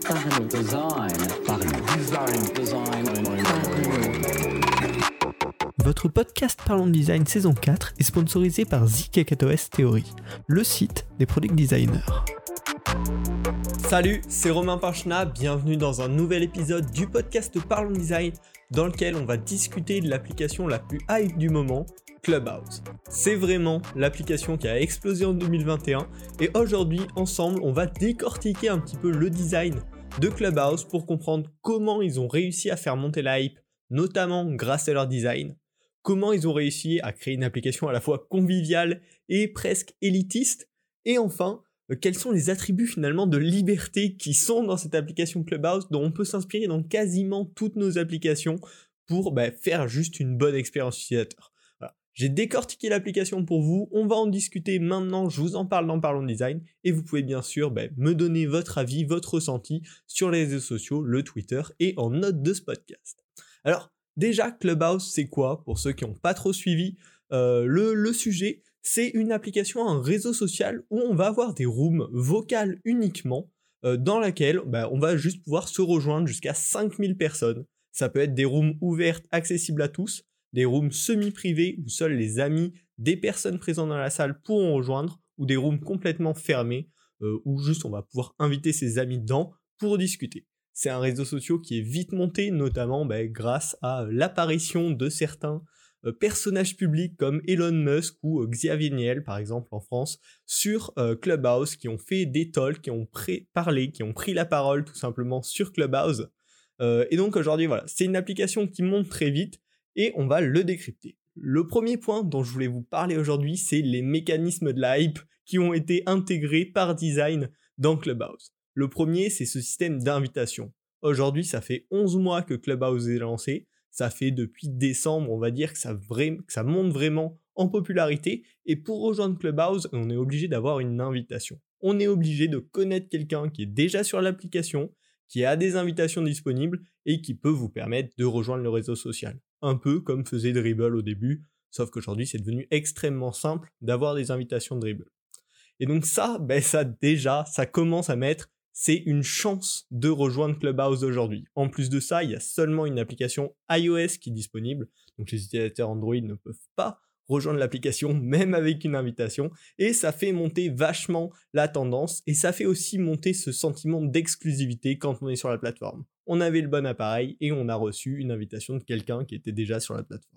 Parlons. Votre podcast Parlons Design saison 4 est sponsorisé par ZKKOS Theory, le site des product designers. Salut, c'est Romain Pinchena, bienvenue dans un nouvel épisode du podcast Parlons Design dans lequel on va discuter de l'application la plus hype du moment, Clubhouse. C'est vraiment l'application qui a explosé en 2021 et aujourd'hui, ensemble, on va décortiquer un petit peu le design de Clubhouse pour comprendre comment ils ont réussi à faire monter la hype, notamment grâce à leur design, comment ils ont réussi à créer une application à la fois conviviale et presque élitiste, et enfin, quels sont les attributs finalement de liberté qui sont dans cette application Clubhouse dont on peut s'inspirer dans quasiment toutes nos applications pour faire juste une bonne expérience utilisateur. Voilà. J'ai décortiqué l'application pour vous, on va en discuter maintenant, je vous en parle dans Parlons Design et vous pouvez bien sûr me donner votre avis, votre ressenti sur les réseaux sociaux, le Twitter et en note de ce podcast. Alors déjà Clubhouse c'est quoi pour ceux qui n'ont pas trop suivi le sujet? C'est une application, un réseau social où on va avoir des rooms vocales uniquement dans laquelle on va juste pouvoir se rejoindre jusqu'à 5000 personnes. Ça peut être des rooms ouvertes, accessibles à tous, des rooms semi-privés où seuls les amis des personnes présentes dans la salle pourront rejoindre, ou des rooms complètement fermés où juste on va pouvoir inviter ses amis dedans pour discuter. C'est un réseau social qui est vite monté, notamment grâce à l'apparition de certains personnages publics comme Elon Musk ou Xavier Niel par exemple en France sur Clubhouse, qui ont fait des talks, qui ont parlé, qui ont pris la parole tout simplement sur Clubhouse. Et donc aujourd'hui voilà, c'est une application qui monte très vite et on va le décrypter. Le premier point dont je voulais vous parler aujourd'hui, c'est les mécanismes de la hype qui ont été intégrés par design dans Clubhouse. Le premier, c'est ce système d'invitation. Aujourd'hui, ça fait 11 mois que Clubhouse est lancé. Ça fait depuis décembre, on va dire, que ça monte vraiment en popularité. Et pour rejoindre Clubhouse, on est obligé d'avoir une invitation. On est obligé de connaître quelqu'un qui est déjà sur l'application, qui a des invitations disponibles et qui peut vous permettre de rejoindre le réseau social. Un peu comme faisait Dribbble au début, sauf qu'aujourd'hui, c'est devenu extrêmement simple d'avoir des invitations de Dribbble. Et donc ça commence à mettre... C'est une chance de rejoindre Clubhouse aujourd'hui. En plus de ça, il y a seulement une application iOS qui est disponible. Donc les utilisateurs Android ne peuvent pas rejoindre l'application même avec une invitation. Et ça fait monter vachement la tendance. Et ça fait aussi monter ce sentiment d'exclusivité quand on est sur la plateforme. On avait le bon appareil et on a reçu une invitation de quelqu'un qui était déjà sur la plateforme.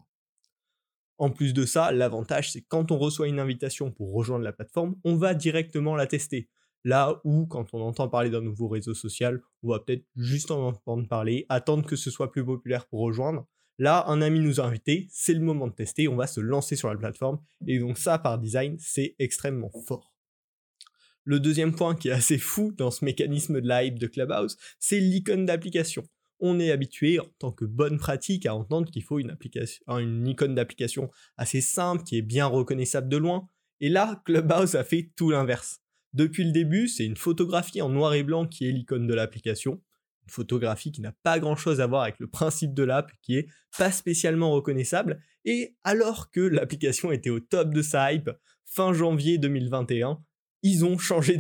En plus de ça, l'avantage c'est que quand on reçoit une invitation pour rejoindre la plateforme, on va directement la tester. Là où, quand on entend parler d'un nouveau réseau social, on va peut-être juste en entendre parler, attendre que ce soit plus populaire pour rejoindre. Là, un ami nous a invités, c'est le moment de tester, on va se lancer sur la plateforme. Et donc ça, par design, c'est extrêmement fort. Le deuxième point qui est assez fou dans ce mécanisme de la hype de Clubhouse, c'est l'icône d'application. On est habitué, en tant que bonne pratique, à entendre qu'il faut une icône d'application assez simple, qui est bien reconnaissable de loin. Et là, Clubhouse a fait tout l'inverse. Depuis le début, c'est une photographie en noir et blanc qui est l'icône de l'application. Une photographie qui n'a pas grand-chose à voir avec le principe de l'app, qui est pas spécialement reconnaissable. Et alors que l'application était au top de sa hype fin janvier 2021, ils ont changé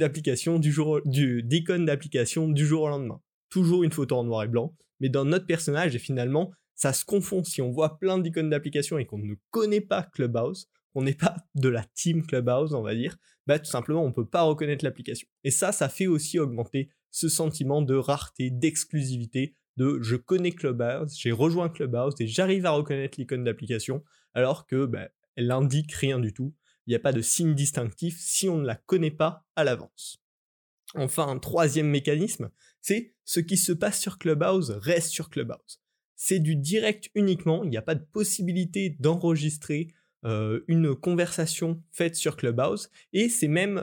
d'icône d'application du jour au lendemain. Toujours une photo en noir et blanc, mais dans notre personnage, et finalement, ça se confond. Si on voit plein d'icônes d'application et qu'on ne connaît pas Clubhouse, on n'est pas de la team Clubhouse, on va dire, tout simplement, on ne peut pas reconnaître l'application. Et ça fait aussi augmenter ce sentiment de rareté, d'exclusivité, de je connais Clubhouse, j'ai rejoint Clubhouse et j'arrive à reconnaître l'icône d'application, alors que elle indique rien du tout. Il n'y a pas de signe distinctif si on ne la connaît pas à l'avance. Enfin, un troisième mécanisme, c'est ce qui se passe sur Clubhouse reste sur Clubhouse. C'est du direct uniquement, il n'y a pas de possibilité d'enregistrer une conversation faite sur Clubhouse et c'est même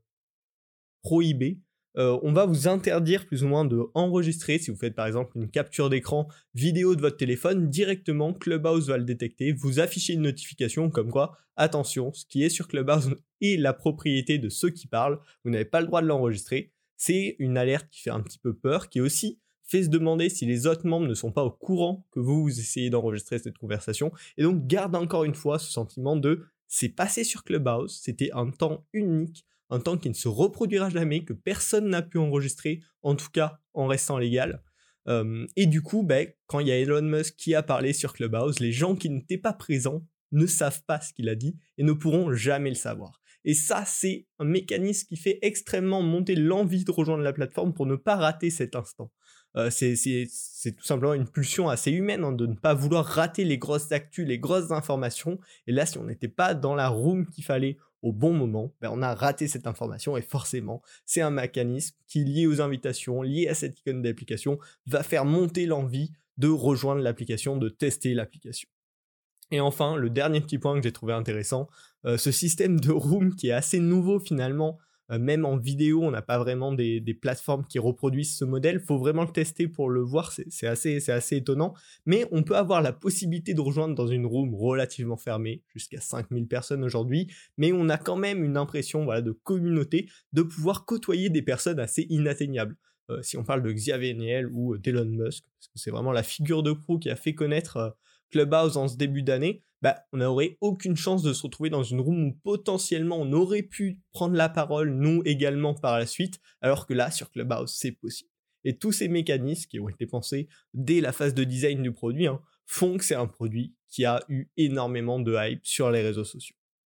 prohibé. On va vous interdire plus ou moins de enregistrer. Si vous faites par exemple une capture d'écran vidéo de votre téléphone, directement Clubhouse va le détecter, vous afficher une notification comme quoi, attention, ce qui est sur Clubhouse est la propriété de ceux qui parlent, vous n'avez pas le droit de l'enregistrer. C'est une alerte qui fait un petit peu peur, qui aussi fait se demander si les autres membres ne sont pas au courant que vous essayez d'enregistrer cette conversation, et donc garde encore une fois ce sentiment de c'est passé sur Clubhouse, c'était un temps unique, un temps qui ne se reproduira jamais, que personne n'a pu enregistrer, en tout cas en restant légal. Et du coup, quand il y a Elon Musk qui a parlé sur Clubhouse, les gens qui n'étaient pas présents ne savent pas ce qu'il a dit et ne pourront jamais le savoir. Et ça, c'est un mécanisme qui fait extrêmement monter l'envie de rejoindre la plateforme pour ne pas rater cet instant. C'est tout simplement une pulsion assez humaine de ne pas vouloir rater les grosses actus, les grosses informations. Et là, si on n'était pas dans la room qu'il fallait au bon moment, on a raté cette information et forcément, c'est un mécanisme qui, lié aux invitations, lié à cette icône d'application, va faire monter l'envie de rejoindre l'application, de tester l'application. Et enfin, le dernier petit point que j'ai trouvé intéressant, ce système de room qui est assez nouveau finalement, même en vidéo, on n'a pas vraiment des plateformes qui reproduisent ce modèle, il faut vraiment le tester pour le voir, c'est assez étonnant, mais on peut avoir la possibilité de rejoindre dans une room relativement fermée, jusqu'à 5000 personnes aujourd'hui, mais on a quand même une impression de communauté, de pouvoir côtoyer des personnes assez inatteignables. Si on parle de Xavier Niel ou d'Elon Musk, parce que c'est vraiment la figure de proue qui a fait connaître Clubhouse en ce début d'année, on n'aurait aucune chance de se retrouver dans une room où potentiellement on aurait pu prendre la parole, nous également par la suite, alors que là, sur Clubhouse, c'est possible. Et tous ces mécanismes qui ont été pensés dès la phase de design du produit font que c'est un produit qui a eu énormément de hype sur les réseaux sociaux.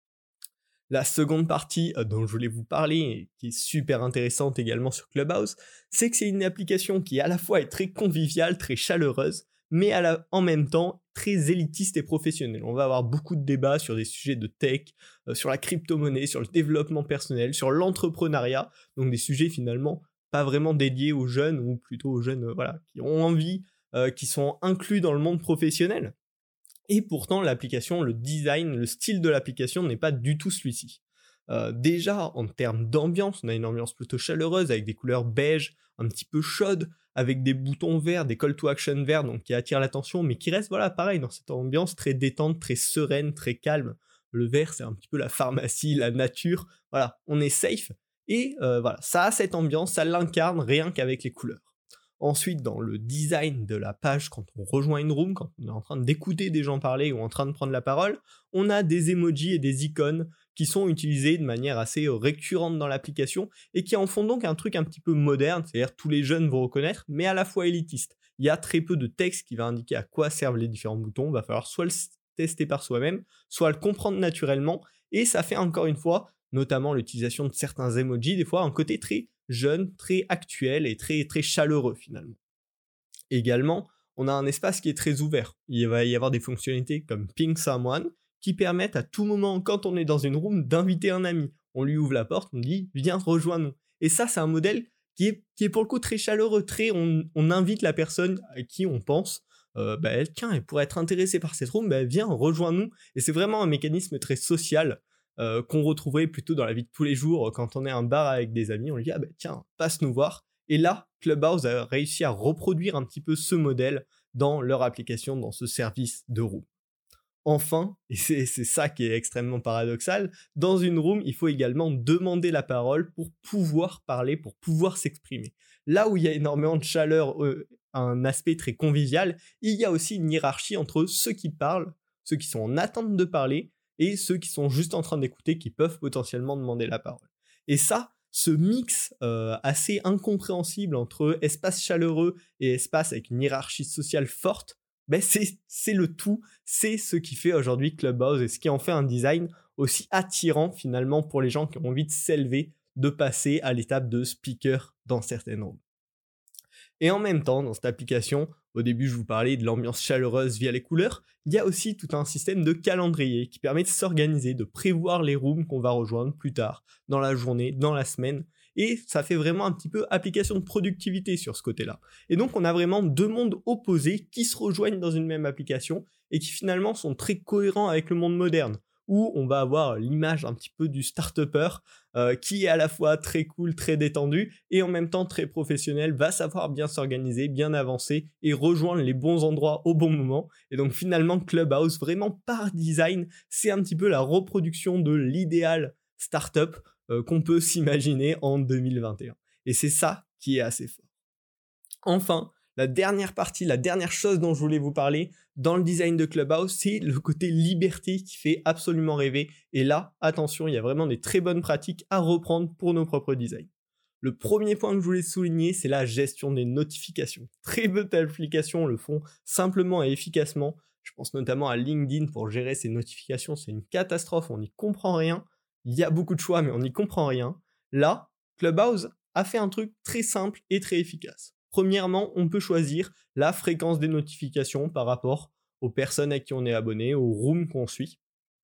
La seconde partie dont je voulais vous parler, et qui est super intéressante également sur Clubhouse, c'est que c'est une application qui à la fois est très conviviale, très chaleureuse, mais en même temps très élitiste et professionnelle. On va avoir beaucoup de débats sur des sujets de tech, sur la crypto-monnaie, sur le développement personnel, sur l'entrepreneuriat, donc des sujets finalement pas vraiment dédiés aux jeunes, ou plutôt aux jeunes qui ont envie, qui sont inclus dans le monde professionnel. Et pourtant, l'application, le design, le style de l'application n'est pas du tout celui-ci. Déjà, en termes d'ambiance, on a une ambiance plutôt chaleureuse, avec des couleurs beige, un petit peu chaudes, avec des boutons verts, des call to action verts, donc qui attirent l'attention, mais qui restent, pareil, dans cette ambiance très détente, très sereine, très calme. Le vert, c'est un petit peu la pharmacie, la nature, on est safe, et ça a cette ambiance, ça l'incarne rien qu'avec les couleurs. Ensuite, dans le design de la page, quand on rejoint une room, quand on est en train d'écouter des gens parler ou en train de prendre la parole, on a des emojis et des icônes qui sont utilisés de manière assez récurrente dans l'application et qui en font donc un truc un petit peu moderne, c'est-à-dire tous les jeunes vont reconnaître, mais à la fois élitiste. Il y a très peu de texte qui va indiquer à quoi servent les différents boutons, il va falloir soit le tester par soi-même, soit le comprendre naturellement, et ça fait encore une fois, notamment l'utilisation de certains emojis, des fois un côté très jeune, très actuel et très, très chaleureux finalement. Également, on a un espace qui est très ouvert. Il va y avoir des fonctionnalités comme Ping Someone qui permettent à tout moment, quand on est dans une room, d'inviter un ami. On lui ouvre la porte, on dit « Viens, rejoins-nous ». Et ça, c'est un modèle qui est pour le coup très chaleureux, on invite la personne à qui on pense elle pourrait être intéressée par cette room, viens, rejoins-nous. Et c'est vraiment un mécanisme très social qu'on retrouverait plutôt dans la vie de tous les jours quand on est à un bar avec des amis, on lui dit tiens, passe nous voir. Et là, Clubhouse a réussi à reproduire un petit peu ce modèle dans leur application, dans ce service de room. Enfin, et c'est ça qui est extrêmement paradoxal, dans une room, il faut également demander la parole pour pouvoir parler, pour pouvoir s'exprimer. Là où il y a énormément de chaleur, un aspect très convivial, il y a aussi une hiérarchie entre ceux qui parlent, ceux qui sont en attente de parler, et ceux qui sont juste en train d'écouter, qui peuvent potentiellement demander la parole. Et ça, ce mix assez incompréhensible entre espace chaleureux et espace avec une hiérarchie sociale forte, c'est le tout, c'est ce qui fait aujourd'hui Clubhouse et ce qui en fait un design aussi attirant finalement pour les gens qui ont envie de s'élever, de passer à l'étape de speaker dans certaines rooms. Et en même temps, dans cette application, au début je vous parlais de l'ambiance chaleureuse via les couleurs, il y a aussi tout un système de calendrier qui permet de s'organiser, de prévoir les rooms qu'on va rejoindre plus tard, dans la journée, dans la semaine, et ça fait vraiment un petit peu application de productivité sur ce côté-là. Et donc on a vraiment deux mondes opposés qui se rejoignent dans une même application et qui finalement sont très cohérents avec le monde moderne, où on va avoir l'image un petit peu du start-upper qui est à la fois très cool, très détendu et en même temps très professionnel, va savoir bien s'organiser, bien avancer et rejoindre les bons endroits au bon moment. Et donc finalement Clubhouse, vraiment par design, c'est un petit peu la reproduction de l'idéal start-up qu'on peut s'imaginer en 2021. Et c'est ça qui est assez fort. Enfin, La dernière partie, la dernière chose dont je voulais vous parler dans le design de Clubhouse, c'est le côté liberté qui fait absolument rêver. Et là, attention, il y a vraiment des très bonnes pratiques à reprendre pour nos propres designs. Le premier point que je voulais souligner, c'est la gestion des notifications. Très peu d'applications le font simplement et efficacement. Je pense notamment à LinkedIn pour gérer ses notifications. C'est une catastrophe, on n'y comprend rien. Il y a beaucoup de choix, mais on n'y comprend rien. Là, Clubhouse a fait un truc très simple et très efficace. Premièrement, on peut choisir la fréquence des notifications par rapport aux personnes à qui on est abonné, aux rooms qu'on suit,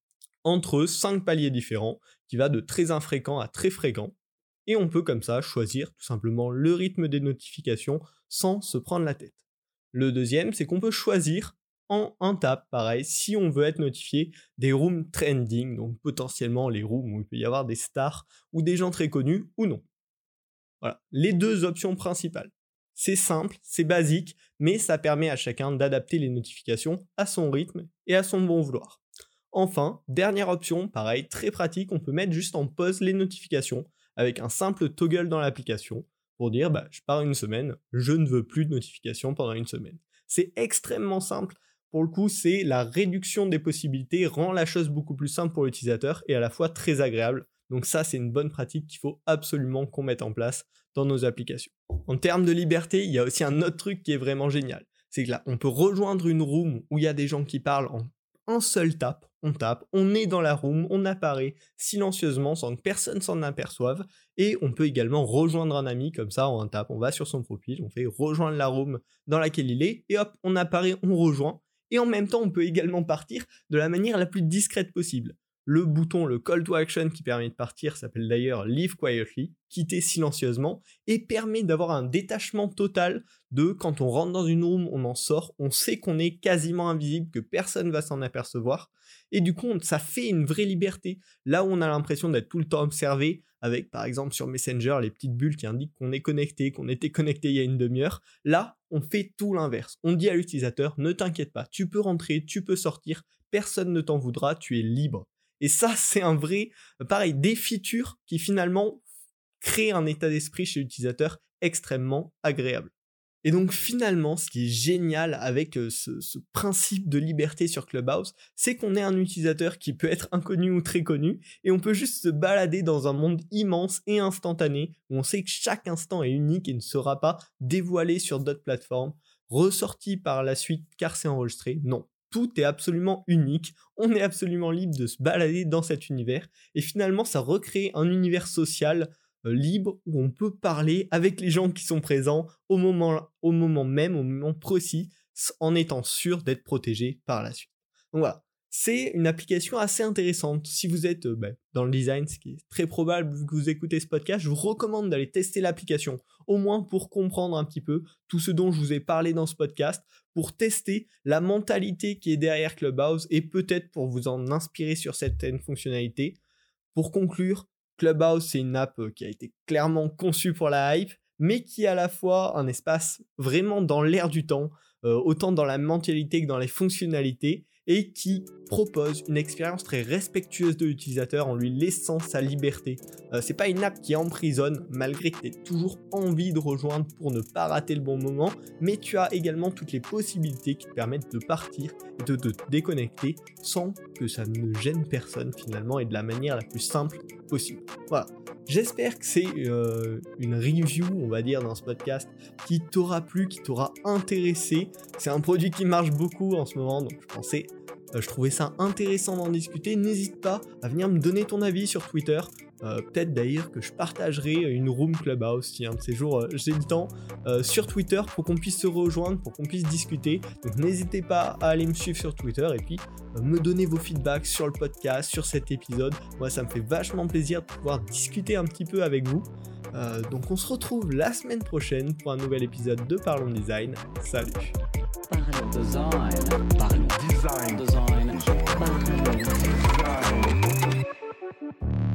entre 5 paliers différents, qui va de très infréquent à très fréquent. Et on peut comme ça choisir tout simplement le rythme des notifications sans se prendre la tête. Le deuxième, c'est qu'on peut choisir en un tap, pareil, si on veut être notifié des rooms trending, donc potentiellement les rooms où il peut y avoir des stars ou des gens très connus ou non. Voilà, les deux options principales. C'est simple, c'est basique, mais ça permet à chacun d'adapter les notifications à son rythme et à son bon vouloir. Enfin, dernière option, pareil, très pratique, on peut mettre juste en pause les notifications avec un simple toggle dans l'application pour dire je pars une semaine, je ne veux plus de notifications pendant une semaine. C'est extrêmement simple. Pour le coup, c'est la réduction des possibilités, rend la chose beaucoup plus simple pour l'utilisateur et à la fois très agréable. Donc ça, c'est une bonne pratique qu'il faut absolument qu'on mette en place dans nos applications. En termes de liberté, il y a aussi un autre truc qui est vraiment génial. C'est que là, on peut rejoindre une room où il y a des gens qui parlent en un seul tap, on est dans la room, on apparaît silencieusement sans que personne s'en aperçoive et on peut également rejoindre un ami comme ça en un tap, on va sur son profil, on fait rejoindre la room dans laquelle il est et hop, on apparaît, on rejoint et en même temps on peut également partir de la manière la plus discrète possible. Le bouton, le call to action qui permet de partir s'appelle d'ailleurs Leave Quietly, quitter silencieusement, et permet d'avoir un détachement total de quand on rentre dans une room, on en sort, on sait qu'on est quasiment invisible, que personne va s'en apercevoir, et du coup ça fait une vraie liberté. Là où on a l'impression d'être tout le temps observé, avec par exemple sur Messenger les petites bulles qui indiquent qu'on est connecté, qu'on était connecté il y a une demi-heure, là on fait tout l'inverse. On dit à l'utilisateur, ne t'inquiète pas, tu peux rentrer, tu peux sortir, personne ne t'en voudra, tu es libre. Et ça, c'est un vrai, des features qui finalement créent un état d'esprit chez l'utilisateur extrêmement agréable. Et donc finalement, ce qui est génial avec ce principe de liberté sur Clubhouse, c'est qu'on est un utilisateur qui peut être inconnu ou très connu, et on peut juste se balader dans un monde immense et instantané, où on sait que chaque instant est unique et ne sera pas dévoilé sur d'autres plateformes, ressorti par la suite car c'est enregistré, non. Tout est absolument unique, on est absolument libre de se balader dans cet univers et finalement ça recrée un univers social libre où on peut parler avec les gens qui sont présents au moment même, au moment précis, en étant sûr d'être protégé par la suite. Donc voilà, c'est une application assez intéressante. Si vous êtes dans le design, ce qui est très probable vu que vous écoutez ce podcast, je vous recommande d'aller tester l'application, au moins pour comprendre un petit peu tout ce dont je vous ai parlé dans ce podcast, pour tester la mentalité qui est derrière Clubhouse et peut-être pour vous en inspirer sur certaines fonctionnalités. Pour conclure, Clubhouse, c'est une app qui a été clairement conçue pour la hype, mais qui est à la fois un espace vraiment dans l'air du temps, autant dans la mentalité que dans les fonctionnalités, et qui propose une expérience très respectueuse de l'utilisateur en lui laissant sa liberté. C'est pas une app qui emprisonne, malgré que tu aies toujours envie de rejoindre pour ne pas rater le bon moment, mais tu as également toutes les possibilités qui te permettent de partir et de te déconnecter sans que ça ne gêne personne finalement et de la manière la plus simple possible. Voilà. J'espère que c'est une review, on va dire, dans ce podcast qui t'aura plu, qui t'aura intéressé. C'est un produit qui marche beaucoup en ce moment, donc je trouvais ça intéressant d'en discuter. N'hésite pas à venir me donner ton avis sur Twitter. Peut-être d'ailleurs que je partagerai une room Clubhouse si un de ces jours j'ai le temps sur Twitter pour qu'on puisse se rejoindre, pour qu'on puisse discuter. Donc n'hésitez pas à aller me suivre sur Twitter et puis me donner vos feedbacks sur le podcast, sur cet épisode. Moi ça me fait vachement plaisir de pouvoir discuter un petit peu avec vous. Donc on se retrouve la semaine prochaine pour un nouvel épisode de Parlons Design. Salut. Parlons design. Parlons design. Parlons design.